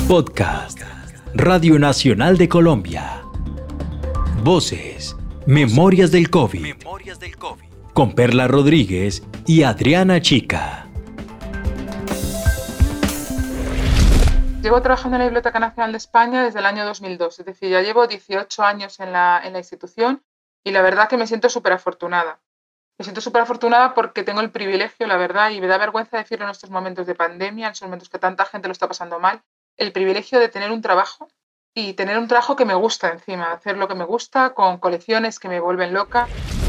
Podcast Radio Nacional de Colombia. Voces, Memorias del COVID. Con Perla Rodríguez y Adriana Chica. Llevo trabajando en la Biblioteca Nacional de España desde el año 2002, es decir, ya llevo 18 años en la institución y la verdad que me siento súper afortunada. Me siento súper afortunada porque tengo el privilegio, la verdad, y me da vergüenza decirlo en estos momentos de pandemia, en estos momentos que tanta gente lo está pasando mal, el privilegio de tener un trabajo y tener un trabajo que me gusta encima, hacer lo que me gusta con colecciones que me vuelven loca.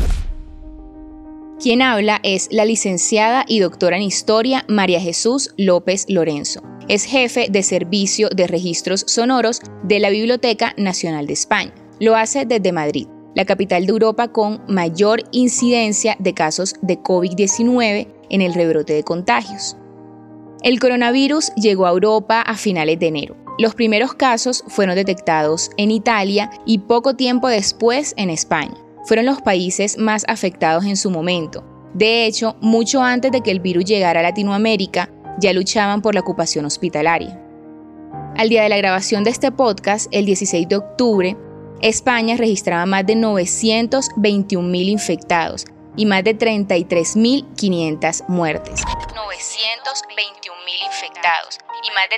Quien habla es la licenciada y doctora en Historia María Jesús López Lorenzo. Es jefe de Servicio de Registros Sonoros de la Biblioteca Nacional de España. Lo hace desde Madrid, la capital de Europa con mayor incidencia de casos de COVID-19 en el rebrote de contagios. El coronavirus llegó a Europa a finales de enero. Los primeros casos fueron detectados en Italia y poco tiempo después en España. Fueron los países más afectados en su momento. De hecho, mucho antes de que el virus llegara a Latinoamérica, ya luchaban por la ocupación hospitalaria. Al día de la grabación de este podcast, el 16 de octubre, España registraba más de 921.000 infectados y más de 33.500 muertes. 921.000 infectados y más de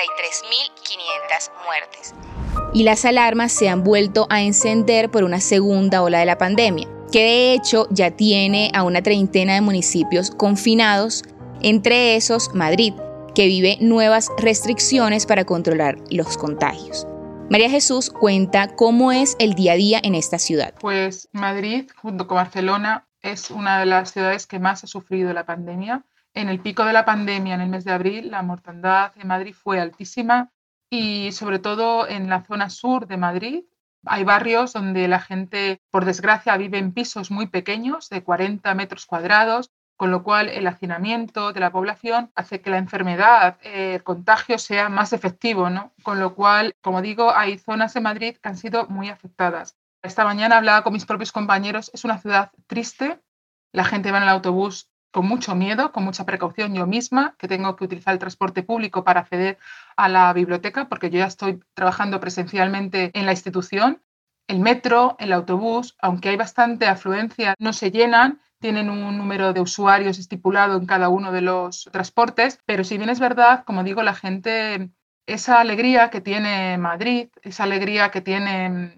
33.500 muertes. Y las alarmas se han vuelto a encender por una segunda ola de la pandemia, que de hecho ya tiene a una treintena de municipios confinados, entre esos Madrid, que vive nuevas restricciones para controlar los contagios. María Jesús cuenta cómo es el día a día en esta ciudad. Pues Madrid, junto con Barcelona, es una de las ciudades que más ha sufrido la pandemia. En el pico de la pandemia, en el mes de abril, la mortandad en Madrid fue altísima y sobre todo en la zona sur de Madrid hay barrios donde la gente, por desgracia, vive en pisos muy pequeños, de 40 metros cuadrados, con lo cual el hacinamiento de la población hace que la enfermedad, el contagio sea más efectivo, ¿no? Con lo cual, como digo, hay zonas de Madrid que han sido muy afectadas. Esta mañana hablaba con mis propios compañeros, es una ciudad triste, la gente va en el autobús con mucho miedo, con mucha precaución. Yo misma, que tengo que utilizar el transporte público para acceder a la biblioteca, porque yo ya estoy trabajando presencialmente en la institución, el metro, el autobús, aunque hay bastante afluencia, no se llenan, tienen un número de usuarios estipulado en cada uno de los transportes, pero si bien es verdad, como digo, la gente, esa alegría que tiene Madrid, esa alegría que tiene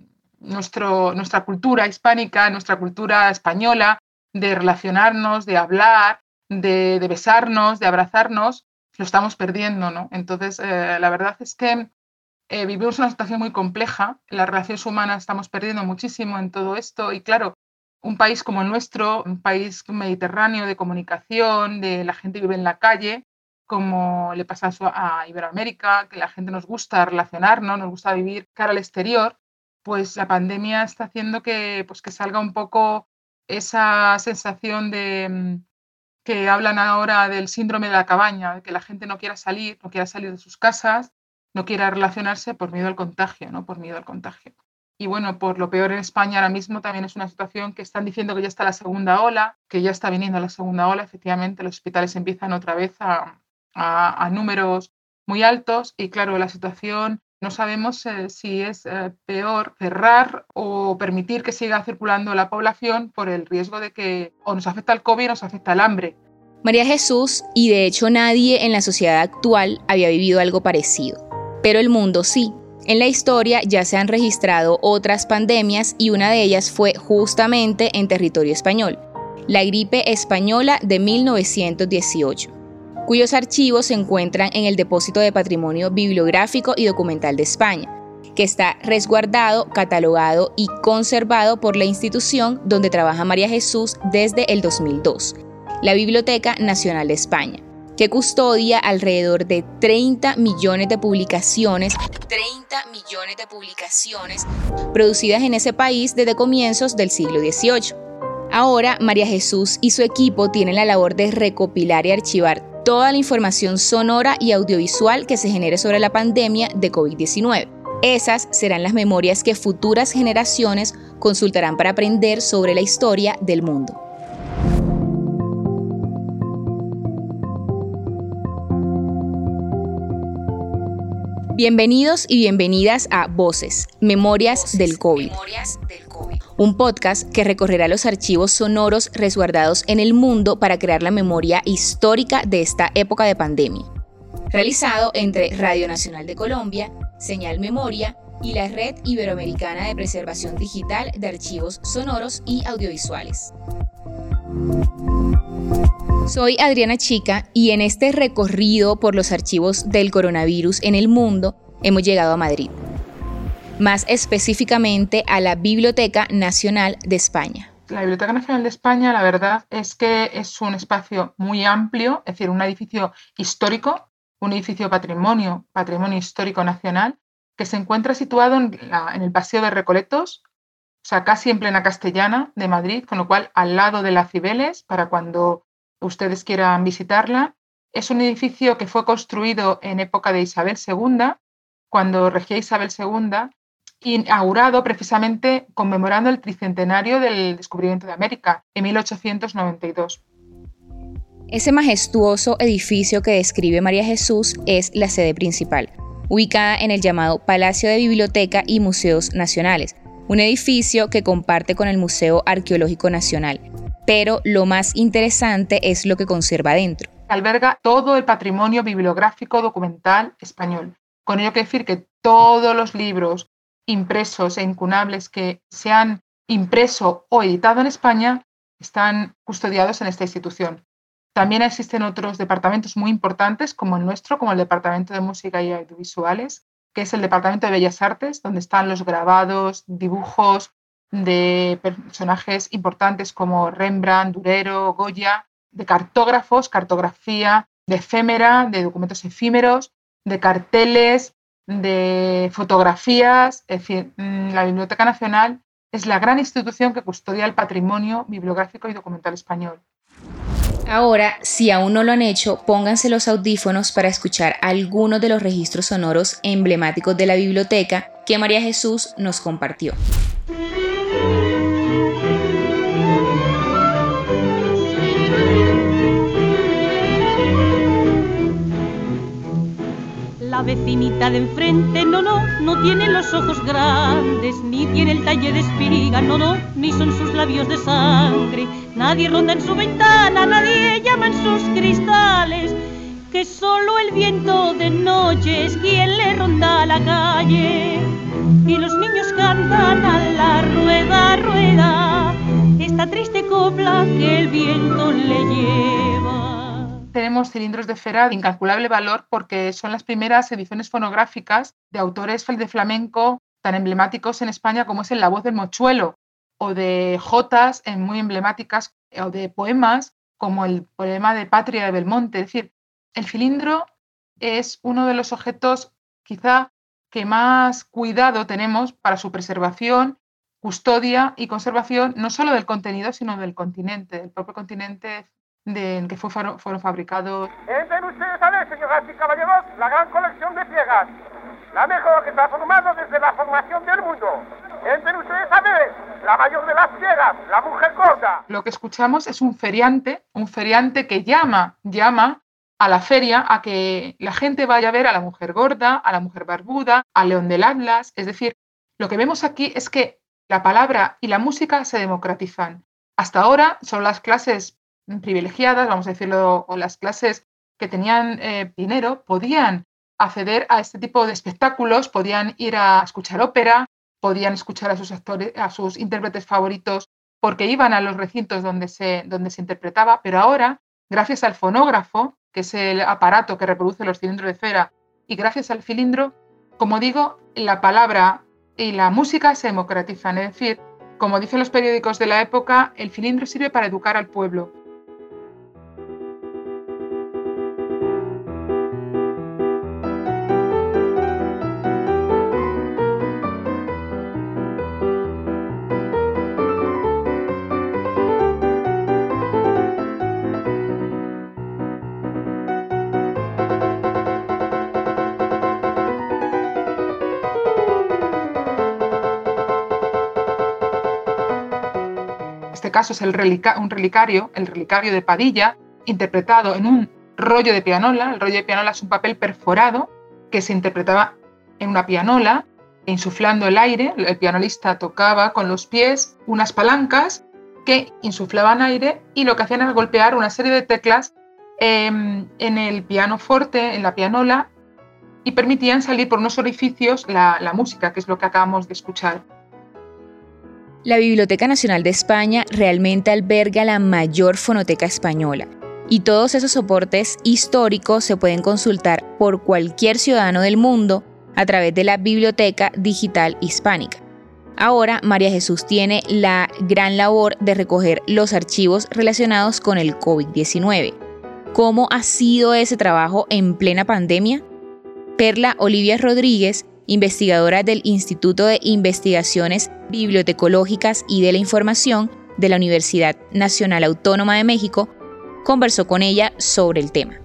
nuestra cultura hispánica, nuestra cultura española, de relacionarnos, de hablar, de besarnos, de abrazarnos, lo estamos perdiendo, ¿no? Entonces, la verdad es que vivimos una situación muy compleja, las relaciones humanas estamos perdiendo muchísimo en todo esto y claro, un país como el nuestro, un país mediterráneo de comunicación, de la gente vive en la calle, como le pasa a Iberoamérica, que la gente nos gusta relacionarnos, nos gusta vivir cara al exterior, pues la pandemia está haciendo que salga un poco esa sensación de que hablan ahora del síndrome de la cabaña, de que la gente no quiera salir de sus casas, no quiera relacionarse por miedo al contagio, ¿no? Por miedo al contagio. Y bueno, por lo peor en España ahora mismo también es una situación que están diciendo que ya está la segunda ola, que ya está viniendo la segunda ola, efectivamente los hospitales empiezan otra vez a números muy altos y claro, la situación no sabemos si es peor cerrar o permitir que siga circulando la población por el riesgo de que o nos afecta el COVID o nos afecta el hambre. María Jesús, y de hecho nadie en la sociedad actual había vivido algo parecido, pero el mundo sí. En la historia ya se han registrado otras pandemias y una de ellas fue justamente en territorio español, la gripe española de 1918, cuyos archivos se encuentran en el Depósito de Patrimonio Bibliográfico y Documental de España, que está resguardado, catalogado y conservado por la institución donde trabaja María Jesús desde el 2002, la Biblioteca Nacional de España, que custodia alrededor de 30 millones de publicaciones producidas en ese país desde comienzos del siglo XVIII. Ahora, María Jesús y su equipo tienen la labor de recopilar y archivar toda la información sonora y audiovisual que se genere sobre la pandemia de COVID-19. Esas serán las memorias que futuras generaciones consultarán para aprender sobre la historia del mundo. Bienvenidos y bienvenidas a Voces, Memorias del COVID. Un podcast que recorrerá los archivos sonoros resguardados en el mundo para crear la memoria histórica de esta época de pandemia. Realizado entre Radio Nacional de Colombia, Señal Memoria y la Red Iberoamericana de Preservación Digital de Archivos Sonoros y Audiovisuales. Soy Adriana Chica y en este recorrido por los archivos del coronavirus en el mundo hemos llegado a Madrid, más específicamente a la Biblioteca Nacional de España. La Biblioteca Nacional de España, la verdad es que es un espacio muy amplio, es decir, un edificio histórico, un edificio patrimonio histórico nacional, que se encuentra situado en el Paseo de Recoletos, o sea, casi en plena Castellana de Madrid, con lo cual al lado de la Cibeles, para cuando ustedes quieran visitarla. Es un edificio que fue construido en época de Isabel II, cuando regía Isabel II, inaugurado precisamente conmemorando el tricentenario del descubrimiento de América, en 1892. Ese majestuoso edificio que describe María Jesús es la sede principal, ubicada en el llamado Palacio de Biblioteca y Museos Nacionales, un edificio que comparte con el Museo Arqueológico Nacional. Pero lo más interesante es lo que conserva dentro. Alberga todo el patrimonio bibliográfico documental español. Con ello quiero decir que todos los libros impresos e incunables que se han impreso o editado en España están custodiados en esta institución. También existen otros departamentos muy importantes como el nuestro, como el Departamento de Música y Audiovisuales, que es el Departamento de Bellas Artes, donde están los grabados, dibujos de personajes importantes como Rembrandt, Durero, Goya, de cartógrafos, cartografía, de efémera, de documentos efímeros, de carteles, de fotografías. Es decir, la Biblioteca Nacional es la gran institución que custodia el patrimonio bibliográfico y documental español. Ahora, si aún no lo han hecho, pónganse los audífonos para escuchar algunos de los registros sonoros emblemáticos de la biblioteca que María Jesús nos compartió. La vecinita de enfrente, no tiene los ojos grandes, ni tiene el talle de espiga, ni son sus labios de sangre. Nadie ronda en su ventana, nadie llama en sus cristales, que solo el viento de noche es quien le ronda la calle. Y los niños cantan a la rueda, rueda, esta triste copla que el viento le lleva. Tenemos cilindros de cera de incalculable valor porque son las primeras ediciones fonográficas de autores de flamenco tan emblemáticos en España como es el La Voz del Mochuelo, o de jotas muy emblemáticas, o de poemas como el poema de Patria de Belmonte. Es decir, el cilindro es uno de los objetos quizá que más cuidado tenemos para su preservación, custodia y conservación, no solo del contenido, sino del continente, del propio continente en que fueron fabricados. Entren ustedes a ver, señoras y caballeros, la gran colección de ciegas, la mejor que se ha formado desde la formación del mundo. Entren ustedes a ver, la mayor de las ciegas, la mujer gorda. Lo que escuchamos es un feriante que llama a la feria a que la gente vaya a ver a la mujer gorda, a la mujer barbuda, al león del Atlas. Es decir, lo que vemos aquí es que la palabra y la música se democratizan. Hasta ahora son las clases privilegiadas, vamos a decirlo, o las clases que tenían dinero, podían acceder a este tipo de espectáculos, podían ir a escuchar ópera, podían escuchar a sus actores, a sus intérpretes favoritos, porque iban a los recintos donde se interpretaba, pero ahora, gracias al fonógrafo, que es el aparato que reproduce los cilindros de cera, y gracias al cilindro, como digo, la palabra y la música se democratizan. Es decir, como dicen los periódicos de la época, el cilindro sirve para educar al pueblo. En este caso es un relicario, el relicario de Padilla, interpretado en un rollo de pianola. El rollo de pianola es un papel perforado que se interpretaba en una pianola, insuflando el aire. El pianolista tocaba con los pies unas palancas que insuflaban aire y lo que hacían era golpear una serie de teclas en el pianoforte, en la pianola, y permitían salir por unos orificios la música, que es lo que acabamos de escuchar. La Biblioteca Nacional de España realmente alberga la mayor fonoteca española, y todos esos soportes históricos se pueden consultar por cualquier ciudadano del mundo a través de la Biblioteca Digital Hispánica. Ahora, María Jesús tiene la gran labor de recoger los archivos relacionados con el COVID-19. ¿Cómo ha sido ese trabajo en plena pandemia? Perla Olivia Rodríguez, investigadora del Instituto de Investigaciones Bibliotecológicas y de la Información de la Universidad Nacional Autónoma de México, conversó con ella sobre el tema.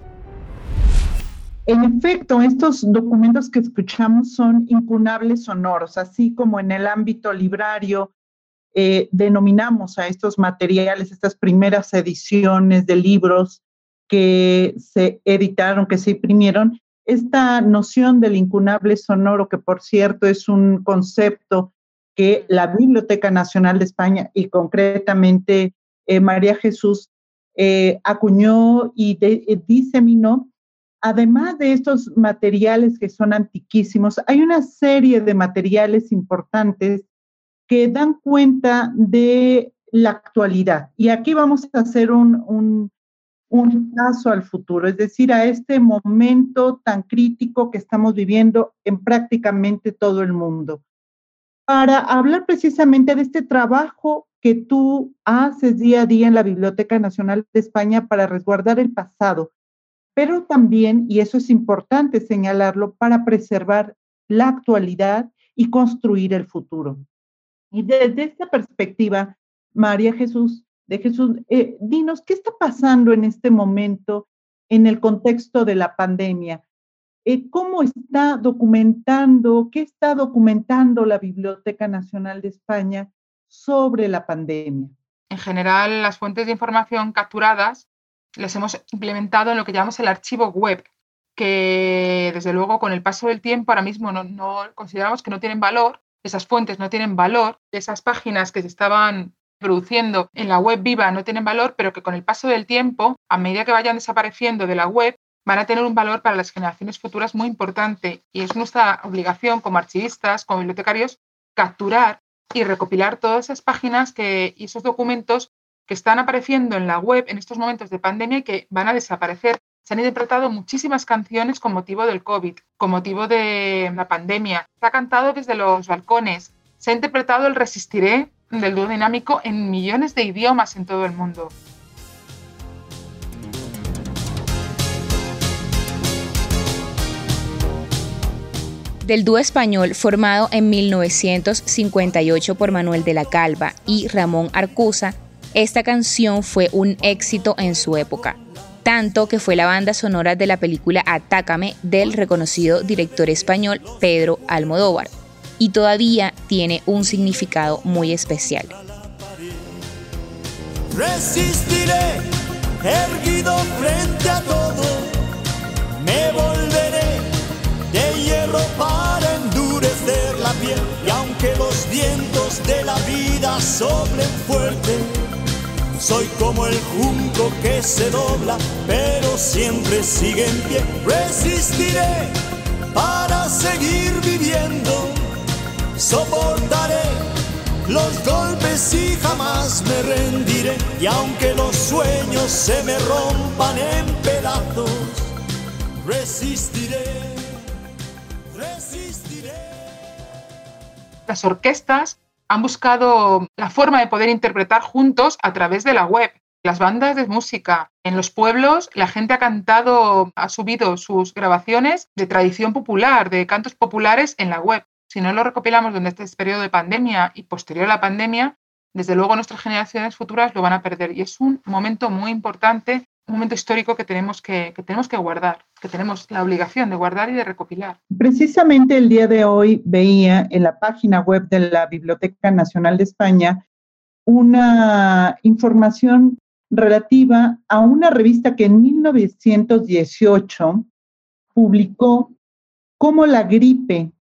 En efecto, estos documentos que escuchamos son incunables sonoros, así como en el ámbito librario denominamos a estos materiales, estas primeras ediciones de libros que se editaron, que se imprimieron. Esta noción del incunable sonoro, que por cierto es un concepto que la Biblioteca Nacional de España y concretamente María Jesús acuñó y diseminó. Además de estos materiales que son antiquísimos, hay una serie de materiales importantes que dan cuenta de la actualidad. Y aquí vamos a hacer un paso al futuro, es decir, a este momento tan crítico que estamos viviendo en prácticamente todo el mundo. Para hablar precisamente de este trabajo que tú haces día a día en la Biblioteca Nacional de España para resguardar el pasado, pero también, y eso es importante señalarlo, para preservar la actualidad y construir el futuro. Y desde esta perspectiva, María Jesús, dinos, ¿qué está pasando en este momento en el contexto de la pandemia? ¿Cómo está documentando, qué está documentando la Biblioteca Nacional de España sobre la pandemia? En general, las fuentes de información capturadas las hemos implementado en lo que llamamos el archivo web, que desde luego con el paso del tiempo ahora mismo no consideramos que no tienen valor, esas fuentes no tienen valor, esas páginas que se estaban produciendo en la web viva no tienen valor, pero que con el paso del tiempo, a medida que vayan desapareciendo de la web, van a tener un valor para las generaciones futuras muy importante, y es nuestra obligación como archivistas, como bibliotecarios, capturar y recopilar todas esas páginas y esos documentos que están apareciendo en la web en estos momentos de pandemia y que van a desaparecer. Se han interpretado muchísimas canciones con motivo del COVID, con motivo de la pandemia. Se ha cantado desde los balcones. Se ha interpretado el Resistiré del dúo dinámico en millones de idiomas en todo el mundo. Del dúo español formado en 1958 por Manuel de la Calva y Ramón Arcusa, esta canción fue un éxito en su época, tanto que fue la banda sonora de la película Atácame del reconocido director español Pedro Almodóvar, y todavía tiene un significado muy especial. Resistiré, erguido frente a todo, me volveré de hierro para endurecer la piel, y aunque los vientos de la vida soplen fuerte, soy como el junco que se dobla, pero siempre sigue en pie. Resistiré para seguir viviendo, soportaré los golpes y jamás me rendiré. Y aunque los sueños se me rompan en pedazos, resistiré, resistiré. Las orquestas han buscado la forma de poder interpretar juntos a través de la web. Las bandas de música. En los pueblos la gente ha subido sus grabaciones de tradición popular, de cantos populares en la web. Si no lo recopilamos durante este periodo de pandemia y posterior a la pandemia, desde luego nuestras generaciones futuras lo van a perder. Y es un momento muy importante, un momento histórico que tenemos que guardar, que tenemos la obligación de guardar y de recopilar. Precisamente el día de hoy veía en la página web de la Biblioteca Nacional de España una información relativa a una revista que en 1918 publicó cómo la gripe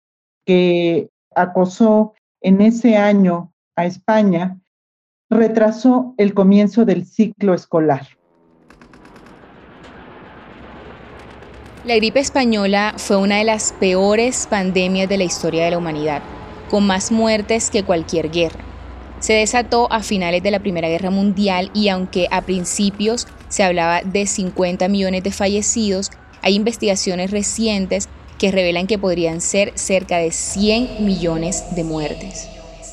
que acosó en ese año a España retrasó el comienzo del ciclo escolar. La gripe española fue una de las peores pandemias de la historia de la humanidad, con más muertes que cualquier guerra. Se desató a finales de la Primera Guerra Mundial y aunque a principios se hablaba de 50 millones de fallecidos, hay investigaciones recientes que revelan que podrían ser cerca de 100 millones de muertes.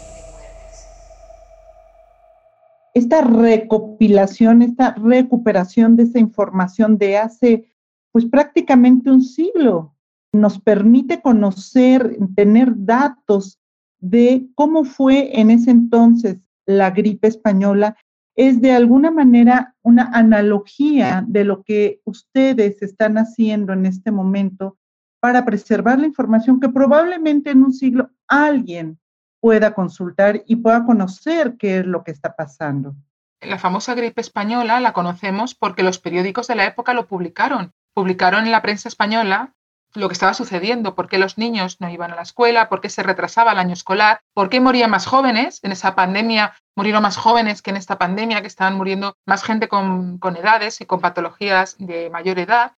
Esta recopilación, esta recuperación de esa información de hace pues prácticamente un siglo nos permite conocer, tener datos de cómo fue en ese entonces la gripe española. Es de alguna manera una analogía de lo que ustedes están haciendo en este momento para preservar la información que probablemente en un siglo alguien pueda consultar y pueda conocer qué es lo que está pasando. La famosa gripe española la conocemos porque los periódicos de la época lo publicaron. Publicaron en la prensa española lo que estaba sucediendo, por qué los niños no iban a la escuela, por qué se retrasaba el año escolar, por qué morían más jóvenes. En esa pandemia murieron más jóvenes que en esta pandemia, que estaban muriendo más gente con edades y con patologías de mayor edad.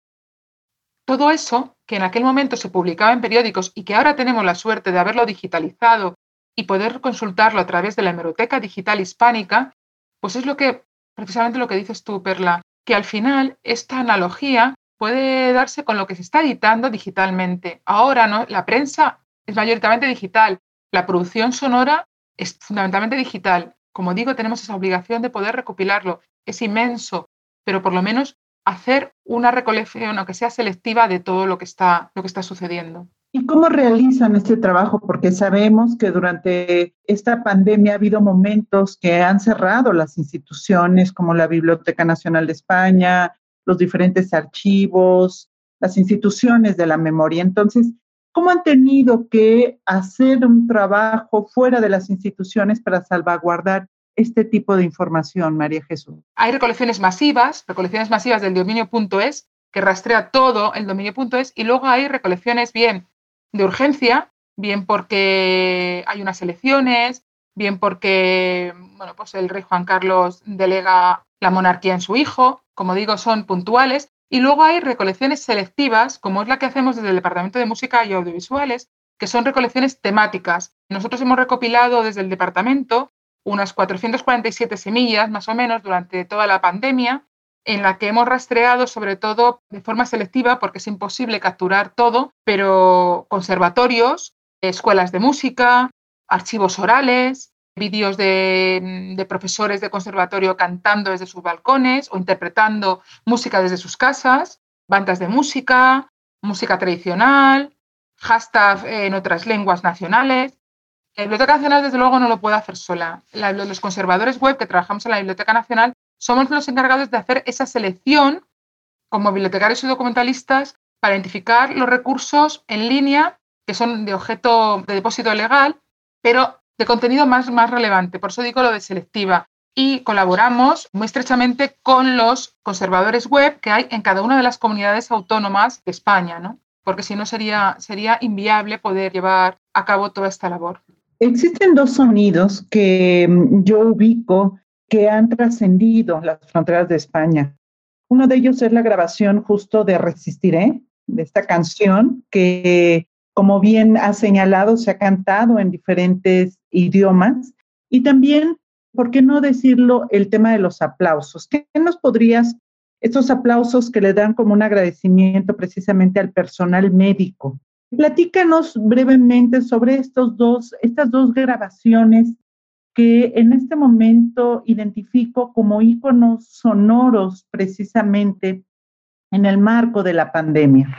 Todo eso que en aquel momento se publicaba en periódicos y que ahora tenemos la suerte de haberlo digitalizado y poder consultarlo a través de la Hemeroteca Digital Hispánica, pues es precisamente lo que dices tú, Perla, que al final esta analogía puede darse con lo que se está editando digitalmente. Ahora, ¿no? La prensa es mayoritariamente digital, la producción sonora es fundamentalmente digital. Como digo, tenemos esa obligación de poder recopilarlo. Es inmenso, pero por lo menos hacer una recolección, aunque sea selectiva, de todo lo que está sucediendo. ¿Y cómo realizan este trabajo? Porque sabemos que durante esta pandemia ha habido momentos que han cerrado las instituciones como la Biblioteca Nacional de España, los diferentes archivos, las instituciones de la memoria. Entonces, ¿cómo han tenido que hacer un trabajo fuera de las instituciones para salvaguardar este tipo de información, María Jesús? Hay recolecciones masivas del dominio.es, que rastrea todo el dominio.es, y luego hay recolecciones bien de urgencia, bien porque hay unas elecciones, bien porque pues el rey Juan Carlos delega la monarquía en su hijo, como digo, son puntuales, y luego hay recolecciones selectivas, como es la que hacemos desde el Departamento de Música y Audiovisuales, que son recolecciones temáticas. Nosotros hemos recopilado desde el departamento unas 447 semillas, más o menos, durante toda la pandemia, en la que hemos rastreado sobre todo de forma selectiva, porque es imposible capturar todo, pero conservatorios, escuelas de música, archivos orales, vídeos de profesores de conservatorio cantando desde sus balcones o interpretando música desde sus casas, bandas de música, música tradicional, hashtag en otras lenguas nacionales. La Biblioteca Nacional, desde luego, no lo puede hacer sola. Los conservadores web que trabajamos en la Biblioteca Nacional somos los encargados de hacer esa selección como bibliotecarios y documentalistas para identificar los recursos en línea que son de objeto de depósito legal, pero de contenido más relevante. Por eso digo lo de selectiva. Y colaboramos muy estrechamente con los conservadores web que hay en cada una de las comunidades autónomas de España, ¿no? Porque si no sería inviable poder llevar a cabo toda esta labor. Existen dos sonidos que yo ubico que han trascendido las fronteras de España. Uno de ellos es la grabación justo de Resistiré, de esta canción que, como bien ha señalado, se ha cantado en diferentes idiomas. Y también, ¿por qué no decirlo?, el tema de los aplausos. ¿Qué nos podrías, estos aplausos que le dan como un agradecimiento precisamente al personal médico? Platícanos brevemente sobre estas dos grabaciones que en este momento identifico como íconos sonoros precisamente en el marco de la pandemia.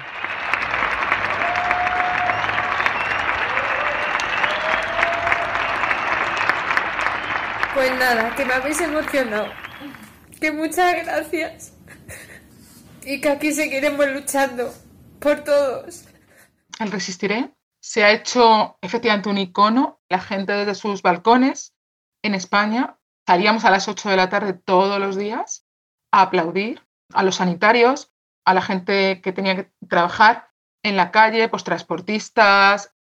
Pues nada, que me habéis emocionado, que muchas gracias y que aquí seguiremos luchando por todos. El Resistiré se ha hecho efectivamente un icono. La gente desde sus balcones en España salíamos a las 8 de la tarde todos los días a aplaudir a los sanitarios, a la gente que tenía que trabajar en la calle, pues transportistas,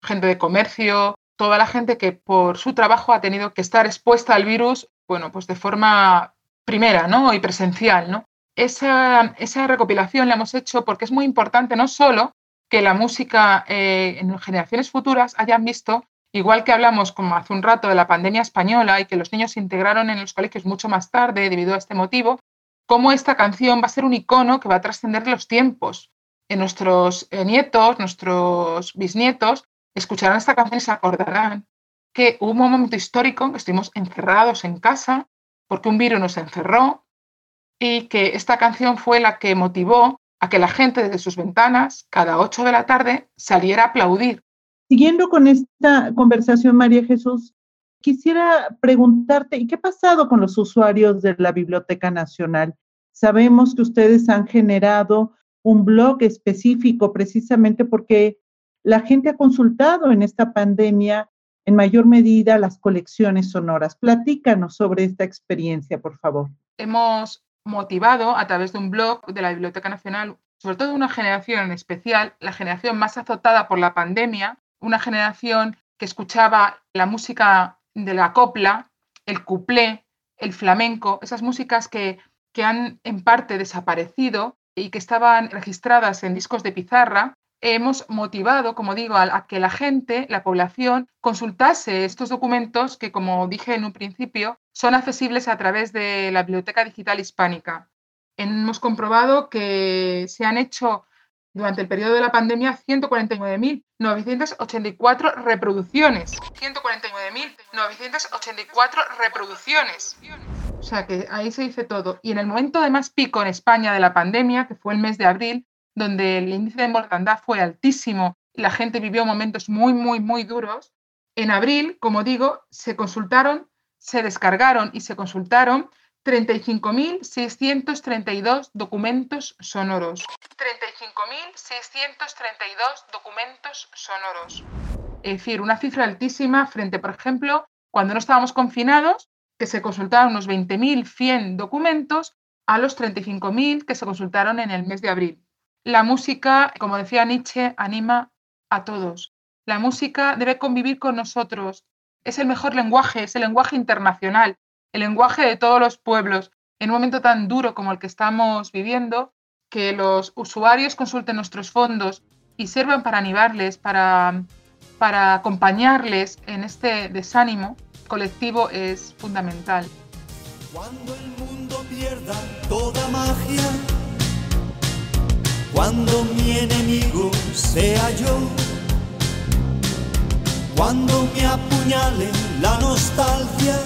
gente de comercio, toda la gente que por su trabajo ha tenido que estar expuesta al virus, bueno, pues de forma primera, ¿no? Y presencial, ¿no? Esa recopilación la hemos hecho porque es muy importante no solo que la música en generaciones futuras hayan visto, igual que hablamos como hace un rato de la pandemia española y que los niños se integraron en los colegios mucho más tarde debido a este motivo, cómo esta canción va a ser un icono que va a trascender los tiempos. En nuestros nietos, nuestros bisnietos, escucharán esta canción y se acordarán que hubo un momento histórico que estuvimos encerrados en casa porque un virus nos encerró y que esta canción fue la que motivó a que la gente desde sus ventanas, cada 8 de la tarde, saliera a aplaudir. Siguiendo con esta conversación, María Jesús, quisiera preguntarte, ¿y qué ha pasado con los usuarios de la Biblioteca Nacional? Sabemos que ustedes han generado un blog específico precisamente porque la gente ha consultado en esta pandemia en mayor medida las colecciones sonoras. Platícanos sobre esta experiencia, por favor. Hemos motivado a través de un blog de la Biblioteca Nacional, sobre todo una generación en especial, la generación más azotada por la pandemia, una generación que escuchaba la música de la copla, el cuplé, el flamenco, esas músicas que han en parte desaparecido y que estaban registradas en discos de pizarra. Hemos motivado, como digo, a que la gente, la población, consultase estos documentos que, como dije en un principio, son accesibles a través de la Biblioteca Digital Hispánica. Hemos comprobado que se han hecho durante el periodo de la pandemia 149.984 reproducciones. 149.984 reproducciones. O sea que ahí se dice todo. Y en el momento de más pico en España de la pandemia, que fue el mes de abril, donde el índice de mortandad fue altísimo y la gente vivió momentos muy, muy, muy duros, en abril, como digo, se descargaron y se consultaron 35.632 documentos sonoros. 35.632 documentos sonoros. Es decir, una cifra altísima frente, por ejemplo, cuando no estábamos confinados, que se consultaron unos 20.100 documentos a los 35.000 que se consultaron en el mes de abril. La música, como decía Nietzsche, anima a todos. La música debe convivir con nosotros. Es el mejor lenguaje, es el lenguaje internacional, el lenguaje de todos los pueblos. En un momento tan duro como el que estamos viviendo, que los usuarios consulten nuestros fondos y sirvan para animarles, para acompañarles en este desánimo colectivo es fundamental. Cuando el mundo pierda toda magia, cuando mi enemigo sea yo, cuando me apuñale la nostalgia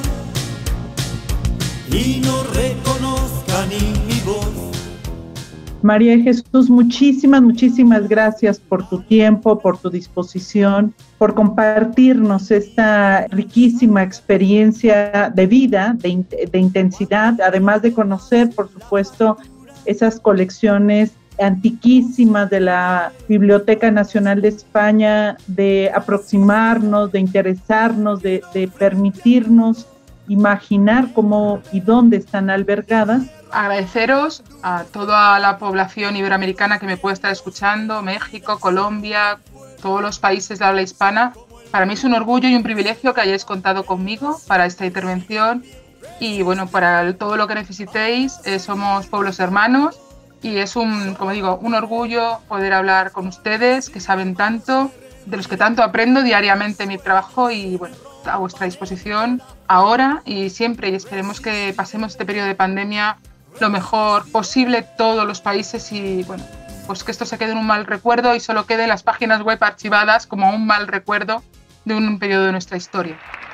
y no reconozca ni mi voz. María Jesús, muchísimas gracias por tu tiempo, por tu disposición, por compartirnos esta riquísima experiencia de vida, de intensidad, además de conocer, por supuesto, esas colecciones antiquísimas de la Biblioteca Nacional de España, de aproximarnos, de interesarnos, de permitirnos imaginar cómo y dónde están albergadas. Agradeceros a toda la población iberoamericana que me puede estar escuchando, México, Colombia, todos los países de habla hispana. Para mí es un orgullo y un privilegio que hayáis contado conmigo para esta intervención y bueno, para todo lo que necesitéis, somos pueblos hermanos y es como digo, un orgullo poder hablar con ustedes que saben tanto, de los que tanto aprendo diariamente en mi trabajo y bueno, a vuestra disposición ahora y siempre y esperemos que pasemos este periodo de pandemia lo mejor posible todos los países y bueno, pues que esto se quede en un mal recuerdo y solo quede en las páginas web archivadas como un mal recuerdo de un periodo de nuestra historia.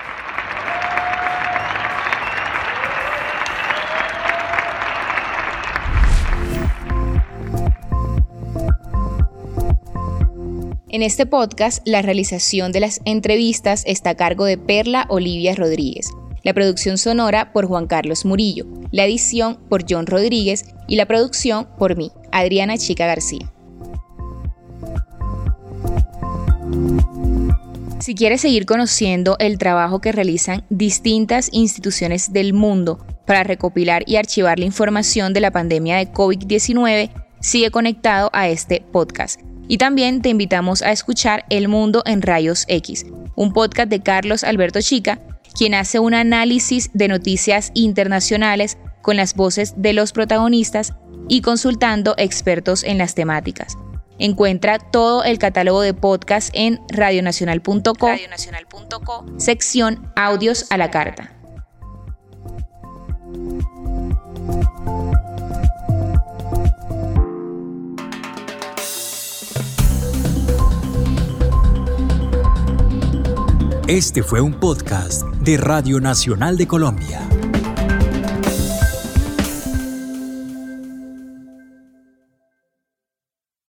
En este podcast, la realización de las entrevistas está a cargo de Perla Olivia Rodríguez, la producción sonora por Juan Carlos Murillo, la edición por John Rodríguez y la producción por mí, Adriana Chica García. Si quieres seguir conociendo el trabajo que realizan distintas instituciones del mundo para recopilar y archivar la información de la pandemia de COVID-19, sigue conectado a este podcast. Y también te invitamos a escuchar El Mundo en Rayos X, un podcast de Carlos Alberto Chica, quien hace un análisis de noticias internacionales con las voces de los protagonistas y consultando expertos en las temáticas. Encuentra todo el catálogo de podcast en radionacional.co, sección Audios a la Carta. Este fue un podcast de Radio Nacional de Colombia.